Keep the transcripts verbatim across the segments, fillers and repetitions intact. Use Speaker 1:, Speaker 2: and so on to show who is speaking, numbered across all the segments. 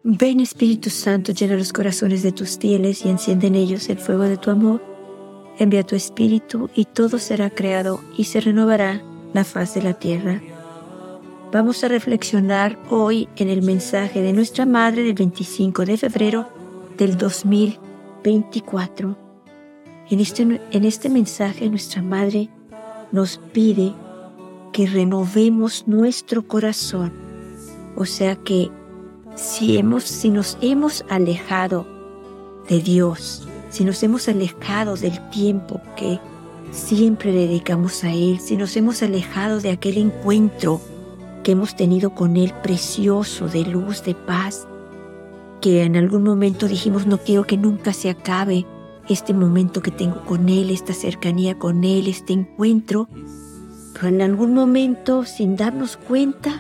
Speaker 1: Ven Espíritu Santo, llena los corazones de tus fieles y enciende en ellos el fuego de tu amor. Envía tu Espíritu y todo será creado y se renovará la faz de la tierra. Vamos a reflexionar hoy en el mensaje de nuestra Madre del veinticinco de febrero del dos mil veinticuatro. En este, en este mensaje nuestra Madre nos pide que renovemos nuestro corazón. O sea que si, hemos, si nos hemos alejado de Dios, si nos hemos alejado del tiempo que siempre dedicamos a Él, si nos hemos alejado de aquel encuentro que hemos tenido con Él precioso, de luz, de paz, que en algún momento dijimos no quiero que nunca se acabe este momento que tengo con Él, esta cercanía con Él, este encuentro, pero en algún momento sin darnos cuenta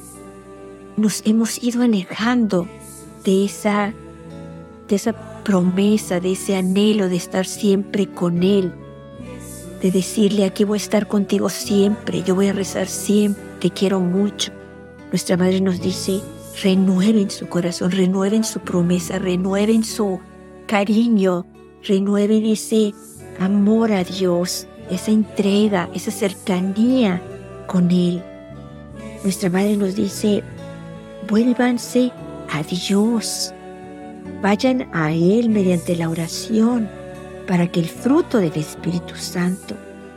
Speaker 1: nos hemos ido alejando de esa, de esa promesa, de ese anhelo de estar siempre con Él, de decirle aquí voy a estar contigo siempre, yo voy a rezar siempre, te quiero mucho. Nuestra Madre nos dice, renueven su corazón, renueven su promesa, renueven su cariño, renueven ese amor a Dios, esa entrega, esa cercanía con Él. Nuestra Madre nos dice, vuélvanse a Dios, vayan a Él mediante la oración para que el fruto del Espíritu Santo,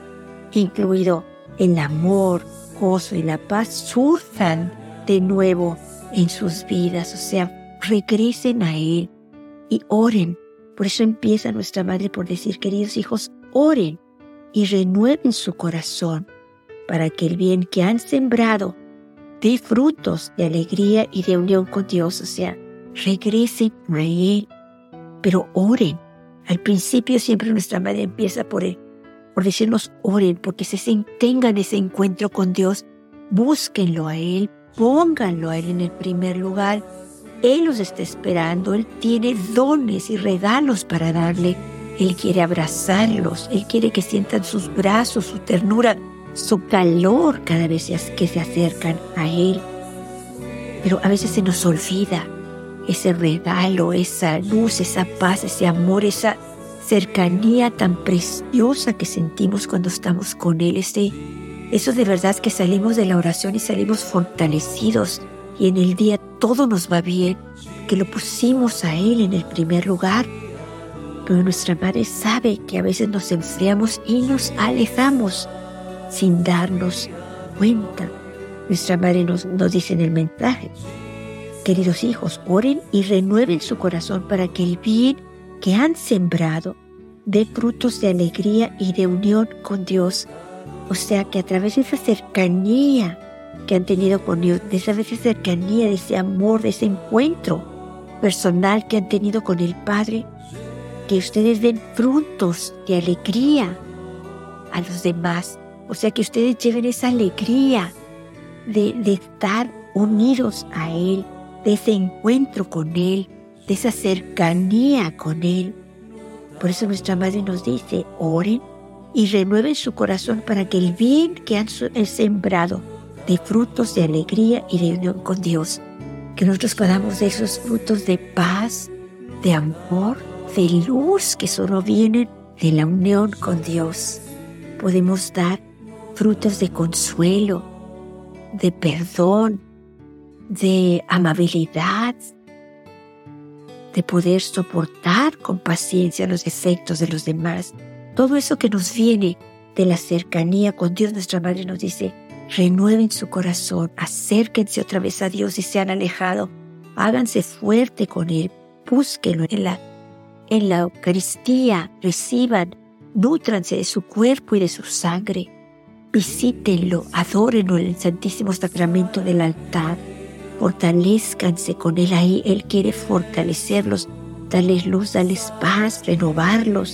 Speaker 1: incluido el amor, gozo y la paz, surjan de nuevo en sus vidas, o sea, regresen a Él y oren. Por eso empieza nuestra Madre por decir, queridos hijos, oren y renueven su corazón para que el bien que han sembrado dé frutos de alegría y de unión con Dios, o sea, regresen a Él, pero oren. Al principio siempre nuestra Madre empieza por Él, por decirnos oren, porque se tengan ese encuentro con Dios, búsquenlo a Él, pónganlo a Él en el primer lugar. Él los está esperando, Él tiene dones y regalos para darle. Él quiere abrazarlos, Él quiere que sientan sus brazos, su ternura, su calor cada vez que se acercan a Él. Pero a veces se nos olvida ese regalo, esa luz, esa paz, ese amor, esa cercanía tan preciosa que sentimos cuando estamos con Él. Ese, eso de verdad que salimos de la oración y salimos fortalecidos y en el día todo nos va bien, que lo pusimos a Él en el primer lugar. Pero nuestra Madre sabe que a veces nos enfriamos y nos alejamos sin darnos cuenta. Nuestra Madre nos, nos dice en el mensaje, queridos hijos, oren y renueven su corazón para que el bien que han sembrado dé frutos de alegría y de unión con Dios. O sea, que a través de esa cercanía que han tenido con Dios, de esa, de esa cercanía, de ese amor, de ese encuentro personal que han tenido con el Padre, que ustedes den frutos de alegría a los demás. O sea, que ustedes lleven esa alegría de, de estar unidos a Él, de ese encuentro con Él, de esa cercanía con Él. Por eso nuestra Madre nos dice, oren y renueven su corazón para que el bien que han sembrado dé frutos de alegría y de unión con Dios. Que nosotros podamos de esos frutos de paz, de amor, de luz que solo vienen de la unión con Dios. Podemos dar frutos de consuelo, de perdón, de amabilidad, de poder soportar con paciencia los defectos de los demás. Todo eso que nos viene de la cercanía con Dios, nuestra Madre nos dice, renueven su corazón, acérquense otra vez a Dios si se han alejado, háganse fuerte con Él, búsquenlo en la, en la Eucaristía, reciban, nútranse de su cuerpo y de su sangre, visítenlo, adórenlo en el Santísimo Sacramento del altar, fortalezcanse con Él ahí. Él quiere fortalecerlos, darles luz, darles paz, renovarlos.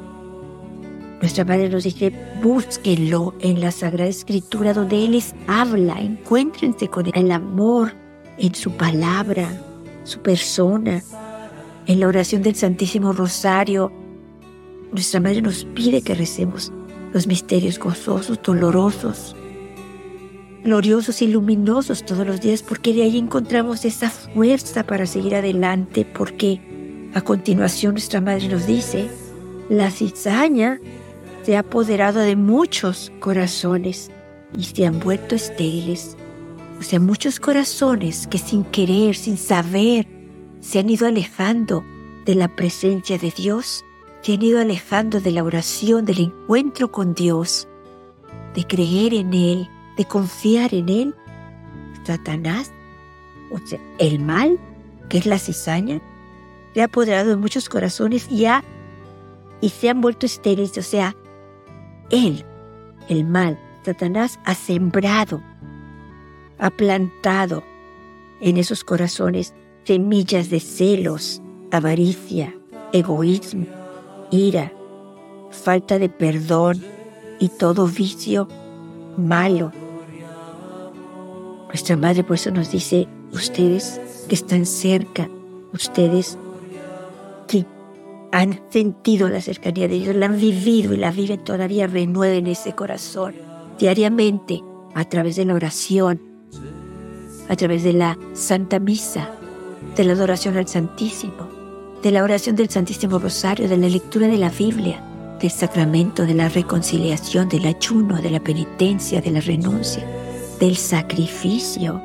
Speaker 1: Nuestra Madre nos dice, búsquenlo en la Sagrada Escritura donde Él les habla, encuéntrense con Él, el amor en su palabra, su persona, en la oración del Santísimo Rosario. Nuestra Madre nos pide que recemos los misterios gozosos, dolorosos, gloriosos y luminosos todos los días, porque de ahí encontramos esa fuerza para seguir adelante, porque a continuación nuestra madre nos dice, la cizaña se ha apoderado de muchos corazones y se han vuelto estériles. O sea, muchos corazones que sin querer, sin saber, se han ido alejando de la presencia de Dios, se han ido alejando de la oración, del encuentro con Dios, de creer en Él, de confiar en Él. Satanás, o sea, el mal, que es la cizaña, se ha apoderado de muchos corazones y, ha, y se han vuelto estériles. O sea, Él, el mal, Satanás, ha sembrado, ha plantado en esos corazones semillas de celos, avaricia, egoísmo, ira, falta de perdón y todo vicio malo. Nuestra madre por eso nos dice, ustedes que están cerca, ustedes que han sentido la cercanía de Dios, la han vivido y la viven todavía, renueven ese corazón diariamente a través de la oración, a través de la Santa Misa, de la adoración al Santísimo, de la oración del Santísimo Rosario, de la lectura de la Biblia, del sacramento, de la reconciliación, del ayuno, de la penitencia, de la renuncia, del sacrificio.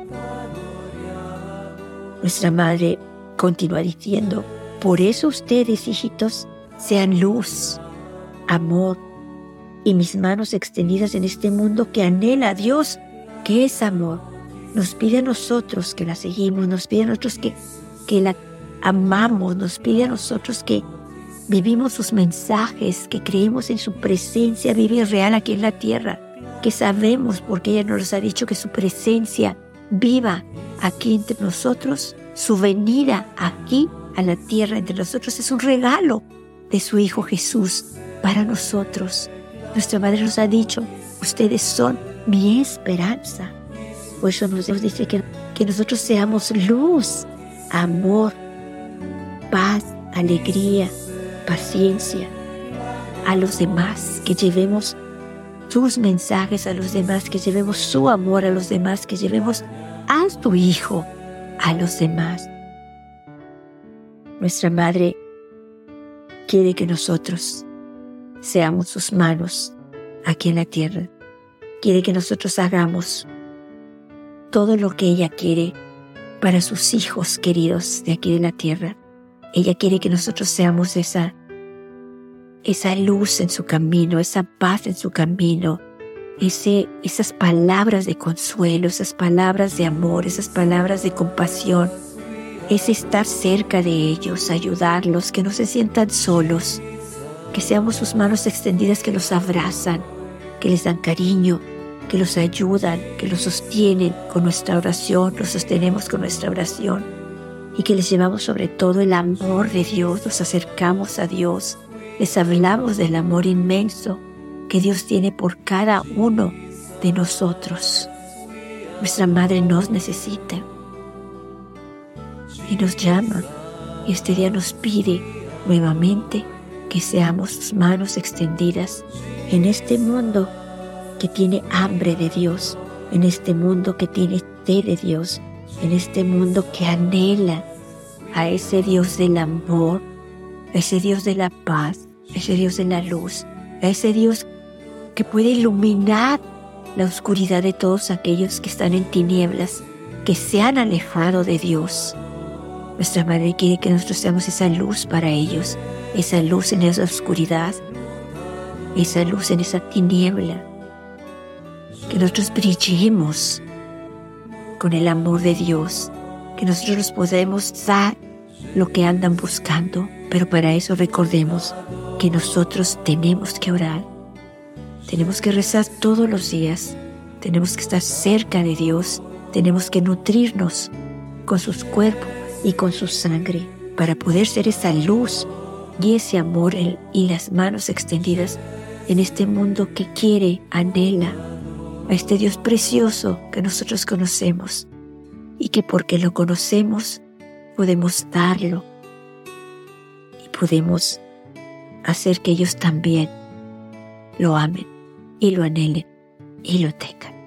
Speaker 1: Nuestra Madre continúa diciendo, por eso ustedes, hijitos, sean luz, amor y mis manos extendidas en este mundo que anhela a Dios, que es amor. Nos pide a nosotros que la seguimos, nos pide a nosotros que, que la amamos, nos pide a nosotros que vivimos sus mensajes, que creemos en su presencia viva y real aquí en la tierra, que sabemos, porque ella nos ha dicho, que su presencia viva aquí entre nosotros, su venida aquí a la tierra entre nosotros es un regalo de su Hijo Jesús para nosotros. Nuestra Madre nos ha dicho, ustedes son mi esperanza. Por eso nos dice que, que nosotros seamos luz, amor, paz, alegría, paciencia a los demás, que llevemos sus mensajes a los demás, que llevemos su amor a los demás, que llevemos a su Hijo a los demás. Nuestra Madre quiere que nosotros seamos sus manos aquí en la tierra. Quiere que nosotros hagamos todo lo que ella quiere para sus hijos queridos de aquí de la tierra. Ella quiere que nosotros seamos esa, esa luz en su camino, esa paz en su camino, ese, esas palabras de consuelo, esas palabras de amor, esas palabras de compasión, ese estar cerca de ellos, ayudarlos, que no se sientan solos, que seamos sus manos extendidas que los abrazan, que les dan cariño, que los ayudan, que los sostienen con nuestra oración, los sostenemos con nuestra oración y que les llevamos sobre todo el amor de Dios, nos acercamos a Dios, les hablamos del amor inmenso que Dios tiene por cada uno de nosotros. Nuestra Madre nos necesita y nos llama, y este día nos pide nuevamente que seamos sus manos extendidas en este mundo que tiene hambre de Dios, en este mundo que tiene sed de Dios, en este mundo que anhela a ese Dios del amor, a ese Dios de la paz, a ese Dios de la luz, a ese Dios que puede iluminar la oscuridad de todos aquellos que están en tinieblas, que se han alejado de Dios. Nuestra Madre quiere que nosotros seamos esa luz para ellos, esa luz en esa oscuridad, esa luz en esa tiniebla, que nosotros brillemos con el amor de Dios, que nosotros nos podemos dar lo que andan buscando, pero para eso recordemos que nosotros tenemos que orar, tenemos que rezar todos los días, tenemos que estar cerca de Dios, tenemos que nutrirnos con sus cuerpos y con su sangre para poder ser esa luz y ese amor y las manos extendidas en este mundo que quiere, anhela a este Dios precioso que nosotros conocemos y que porque lo conocemos podemos darlo y podemos hacer que ellos también lo amen y lo anhelen y lo tengan.